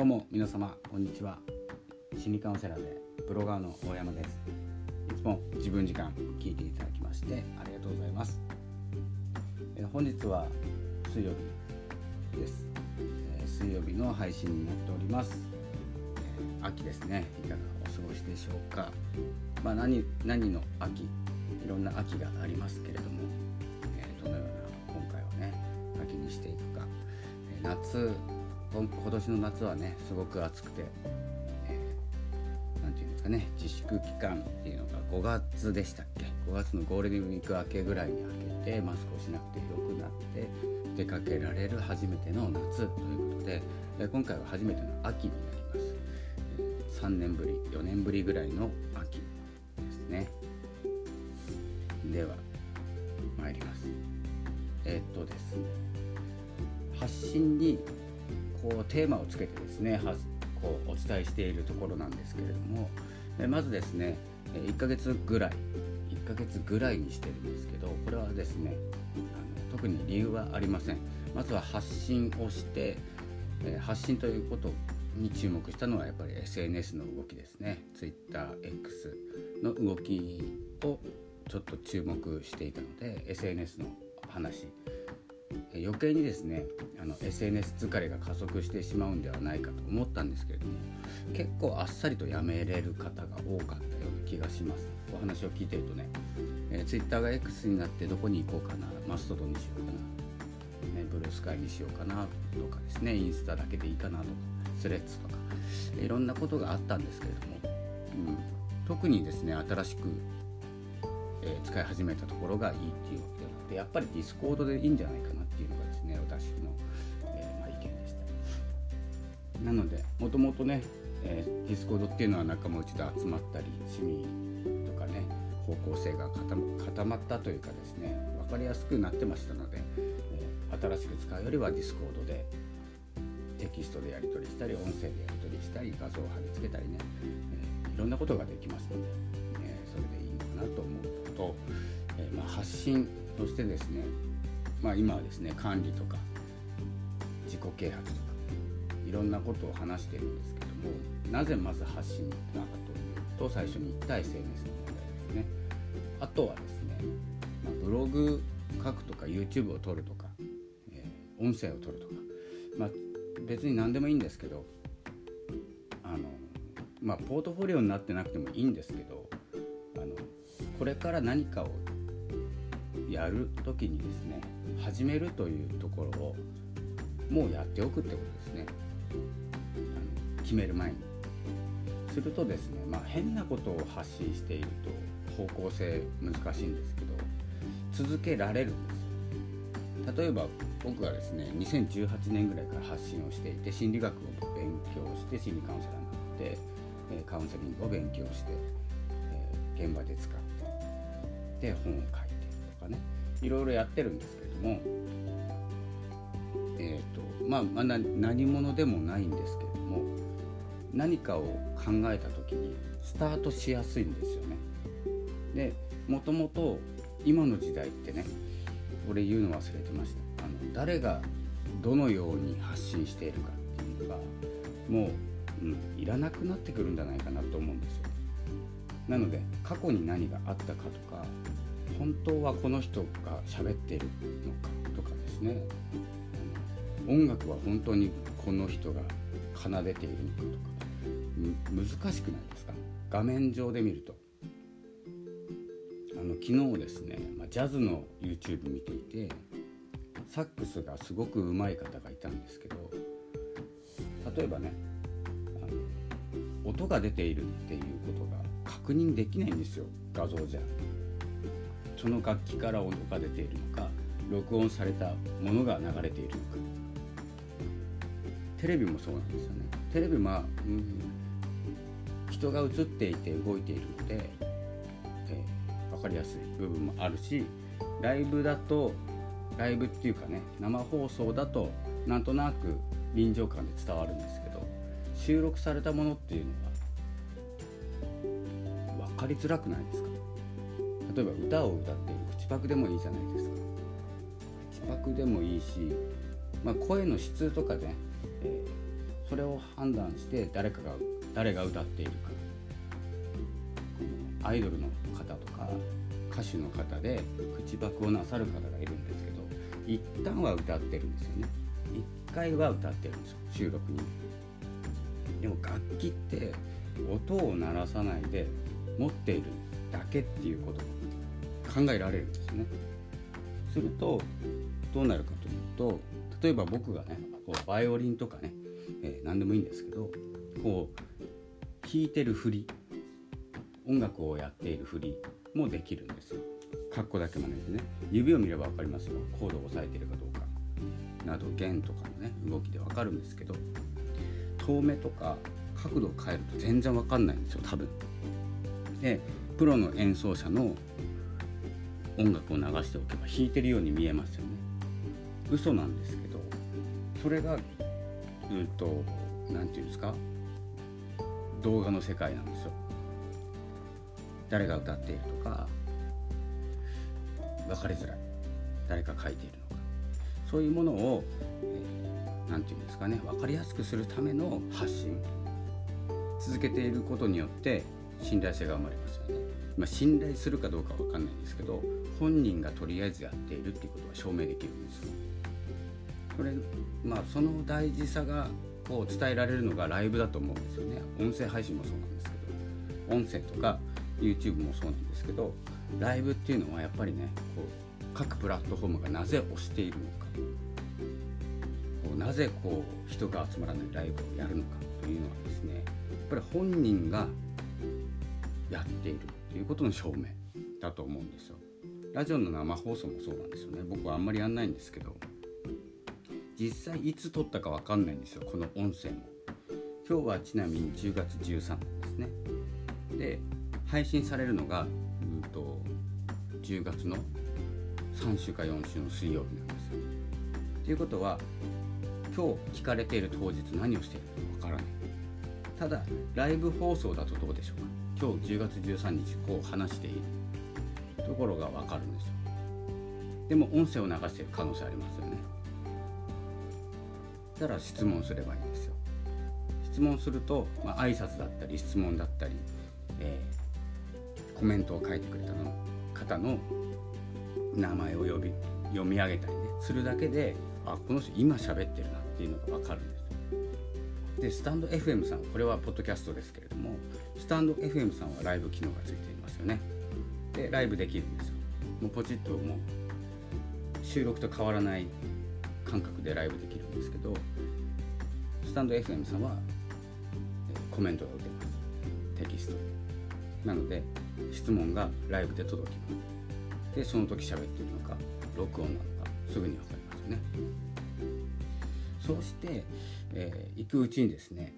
どうも皆様こんにちは。心理カウンセラーでブロガーの大山です。いつも自分時間聞いていただきましてありがとうございます。本日は水曜日です。水曜日の配信になっております。秋ですね。いかがお過ごしでしょうか。何の秋、いろんな秋がありますけれども、どのような今回はね秋にしていくか。今年の夏はねすごく暑くて、なんていうんですかね、自粛期間っていうのが5月でしたっけ。5月のゴールデンウィーク明けぐらいに明けてマスクをしなくてよくなって出かけられる初めての夏ということで、今回は初めての秋になります。3年ぶり4年ぶりぐらいの秋ですね。では参ります。ですね、発信にテーマをつけてですねお伝えしているところなんですけれども、まずですね1ヶ月ぐらいにしてるんですけど、これはですね特に理由はありません。まずは発信をして、発信ということに注目したのはやっぱり SNS の動きですね。 Twitter、X の動きをちょっと注目していたので SNS の話、余計にですねSNS 疲れが加速してしまうんではないかと思ったんですけれども、結構あっさりとやめれる方が多かったような気がします。お話を聞いてるとね、Twitter が X になってどこに行こうかな、マストドンにしようかな、ブルースカイにしようかなとかですね、インスタだけでいいかなとか、スレッズとかいろんなことがあったんですけれども、特にですね新しく、使い始めたところがいいっていうので、やっぱりディスコードでいいんじゃないかなっていうのがですね私の、意見でした。なのでもともとね、ディスコードっていうのは仲間内で集まったり趣味とかね方向性が固まったというかですね分かりやすくなってましたので、新しく使うよりはディスコードでテキストでやり取りしたり音声でやり取りしたり画像を貼り付けたりね、いろんなことができますので、それでいいのかなと思うと、発信としてですね、今はですね管理とか自己啓発とかいろんなことを話しているんですけども、なぜまず発信なのかというと、最初に言った SNS の問題ですね。あとはですね、ブログ書くとか YouTube を撮るとか、音声を撮るとか、別に何でもいいんですけど、ポートフォリオになってなくてもいいんですけど、これから何かをやるときにですね始めるというところをもうやっておくってことですね。決める前にするとですね、変なことを発信していると方向性難しいんですけど続けられるんです。例えば僕はですね2018年ぐらいから発信をしていて、心理学を勉強して心理カウンセラーになって、カウンセリングを勉強して、現場で使ってで本を書いてとかね、いろいろやってるんですけれども、何者でもないんですけれども、何かを考えた時にスタートしやすいんですよね。で、もともと今の時代ってね、これ言うの忘れてました。誰がどのように発信しているかっていうのがもう、いらなくなってくるんじゃないかなと思うんですよ。なので過去に何があったかとか、本当はこの人が喋っているのかとかですね、音楽は本当にこの人が奏でているのかとか、難しくないですか。画面上で見ると。昨日ですね、ジャズの YouTube 見ていて、サックスがすごく上手い方がいたんですけど、例えばね音が出ているっていうことが確認できないんですよ、画像じゃ。その楽器から音が出ているのか、録音されたものが流れているのか。テレビもそうなんですよね。テレビは、人が映っていて動いているので、分かりやすい部分もあるし、ライブっていうかね、生放送だとなんとなく臨場感で伝わるんですけど、収録されたものっていうのは分かりづらくないですか。例えば歌を歌っている口パクでもいいじゃないですか。口パクでもいいし、声の質とかね、 それを判断して誰が歌っているか、このアイドルの方とか歌手の方で口パクをなさる方がいるんですけど、一旦は歌ってるんですよね。一回は歌ってるんですよ、収録に。でも楽器って音を鳴らさないで持っているだけっていうことが考えられるんですよね。するとどうなるかというと、例えば僕がねこうバイオリンとかね、何でもいいんですけど、こう弾いてる振り、音楽をやっている振りもできるんですよ。カッコだけ真似てね、指を見れば分かりますよ、コードを押さえているかどうかなど、弦とかのね動きで分かるんですけど、遠目とか角度を変えると全然分かんないんですよ、多分。でプロの演奏者の音楽を流しておけば弾いてるように見えますよね。嘘なんですけど、それがなんていうんですか、動画の世界なんですよ。誰が歌っているとか分かりづらい、誰が書いているのか、そういうものを、なんていうんですかね、分かりやすくするための発信、続けていることによって信頼性が生まれますよね。信頼するかどうか分かんないんですけど、本人がとりあえずやっているっていうことは証明できるんですよ。その大事さがこう伝えられるのがライブだと思うんですよね。音声配信もそうなんですけど、音声とか YouTube もそうなんですけど、ライブっていうのはやっぱりね、こう各プラットフォームがなぜ推しているのか、なぜこう人が集まらないライブをやるのかというのはですね、やっぱり本人がやっているということの証明だと思うんですよ。ラジオの生放送もそうなんですよね。僕はあんまりやんないんですけど、実際いつ撮ったか分かんないんですよ、この音声も。今日はちなみに10月13なんですね。で配信されるのが10月の3週か4週の水曜日なんですよ。ということは今日聞かれている当日何をしているか分からない。ただライブ放送だとどうでしょうか。今日10月13日こう話しているところが分かるんですよ。でも音声を流している可能性ありますよね。だから質問すればいいんですよ。質問すると、挨拶だったり質問だったり、コメントを書いてくれた方の名前を読み上げたりねするだけで、この人今喋ってるなっていうのが分かるんですよ。でスタンド FM さん、これはポッドキャストですけれども、スタンド FM さんはライブ機能がついていますよね。でライブできるんですよ。もうポチッともう収録と変わらない感覚でライブできるんですけど、スタンド FM さんはコメントが打てます、テキストなので質問がライブで届きます。でその時喋っているのか録音なのかすぐに分かりますよね。そうして、行くうちにですね、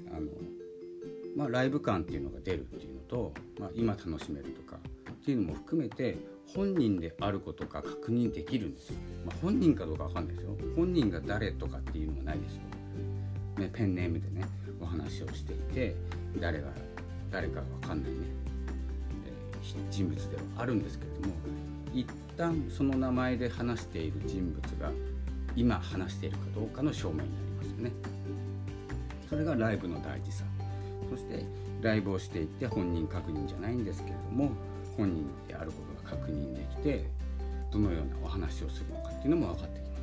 ライブ感っていうのが出るっていうのと、今楽しめるとかっていうのも含めて本人であることが確認できるんですよ。本人かどうか分かんないですよ。本人が誰とかっていうのもないですよ、ね、ペンネームでねお話をしていて誰か分かんないね、人物ではあるんですけれども、一旦その名前で話している人物が今話しているかどうかの証明になりますよね。それがライブの大事さ。そしてライブをしていって本人確認じゃないんですけれども、本人であることが確認できて、どのようなお話をするのかっていうのも分かってきます。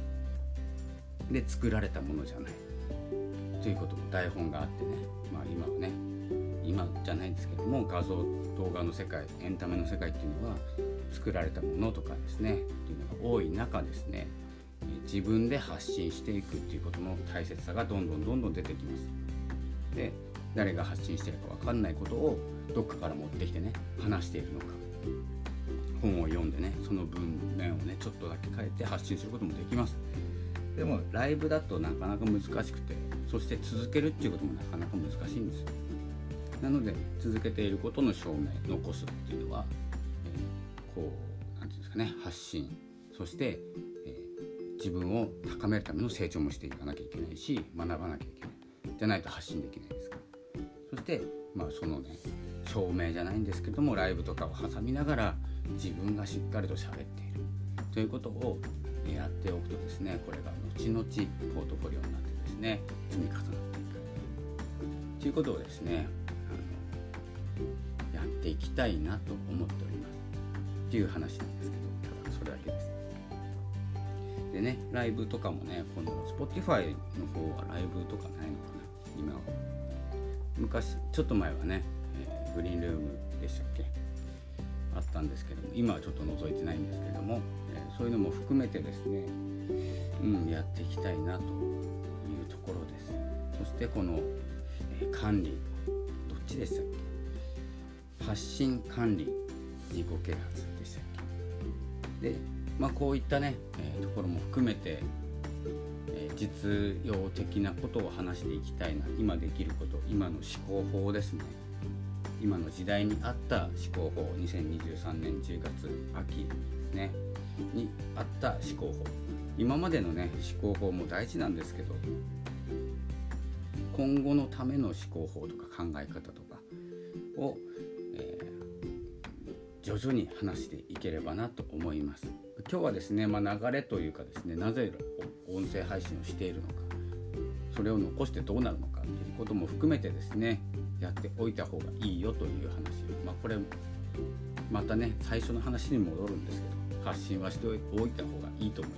で作られたものじゃないということも台本があってね、今はね、今じゃないんですけども、画像動画の世界、エンタメの世界っていうのは作られたものとかですねっていうのが多い中ですね、自分で発信していくっていうことの大切さがどんどん出てきます。で誰が発信しているか分かんないことをどっかから持ってきてね話しているのか、本を読んでねその文面をねちょっとだけ変えて発信することもできます。でもライブだとなかなか難しくて、そして続けるっていうこともなかなか難しいんですよ。なので続けていることの証明、残すっていうのは、なんていうんですかね、発信、そして、自分を高めるための成長もしていかなきゃいけないし、学ばなきゃいけない。じゃないと発信できないですから。そしてそのね証明じゃないんですけども、ライブとかを挟みながら自分がしっかりと喋っているということをやっておくとですね、これが後々ポートフォリオになってですね積み重なっていくということをですねやっていきたいなと思っておりますっていう話なんですけど、ただそれだけです。でね、ライブとかもね、この Spotify の方はライブとかないのかな。今は昔ちょっと前はね、グリーンルームでしたっけ、あったんですけども、今はちょっと覗いてないんですけども、そういうのも含めてですね、やっていきたいなというところです。そしてこの、管理、どっちでしたっけ、発信管理自己啓発でしたっけ。で、こういったね、ところも含めて、実用的なことを話していきたいな。今できること、今の思考法ですね。今の時代に合った思考法、2023年10月秋ですねに合った思考法。今までのね思考法も大事なんですけど、今後のための思考法とか考え方とかを、徐々に話していければなと思います。今日はですね、流れというかですね、なぜ音声配信をしているのか、それを残してどうなるのかということも含めてですね、やっておいた方がいいよという話。これまたね最初の話に戻るんですけど、発信はしておいた方がいいと思います。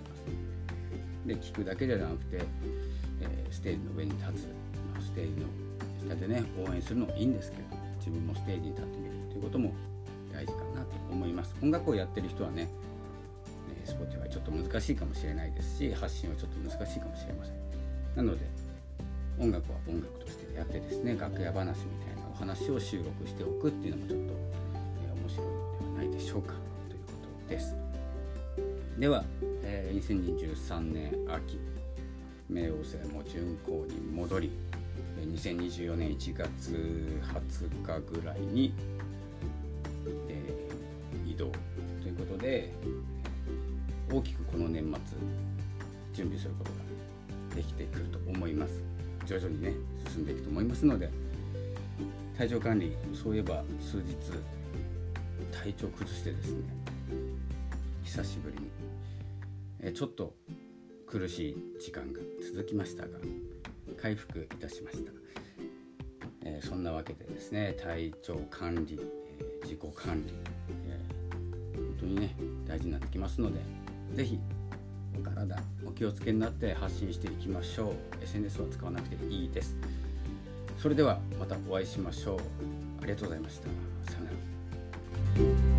で、聞くだけではなくて、ステージの上に立つ、ステージの下でね応援するのもいいんですけれども、自分もステージに立ってみるということも大事かなと思います。音楽をやってる人はね、Spotify ちょっと難しいかもしれないですし、発信はちょっと難しいかもしれません。なので音楽は音楽としてやってですね、楽屋話みたいなお話を収録しておくっていうのもちょっと、面白いのではないでしょうかということです。では、2023年秋、冥王星も巡行に戻り、2024年1月20日ぐらいに、移動ということで、大きくこの年末準備することができてくると思います。徐々にね進んでいくと思いますので、体調管理、そういえば数日体調崩してですね、久しぶりにちょっと苦しい時間が続きましたが回復いたしました。そんなわけでですね、体調管理、自己管理、本当にね大事になってきますので、ぜひお体お気をつけになって発信していきましょう。 SNS は使わなくていいです。それではまたお会いしましょう。ありがとうございました。さようなら。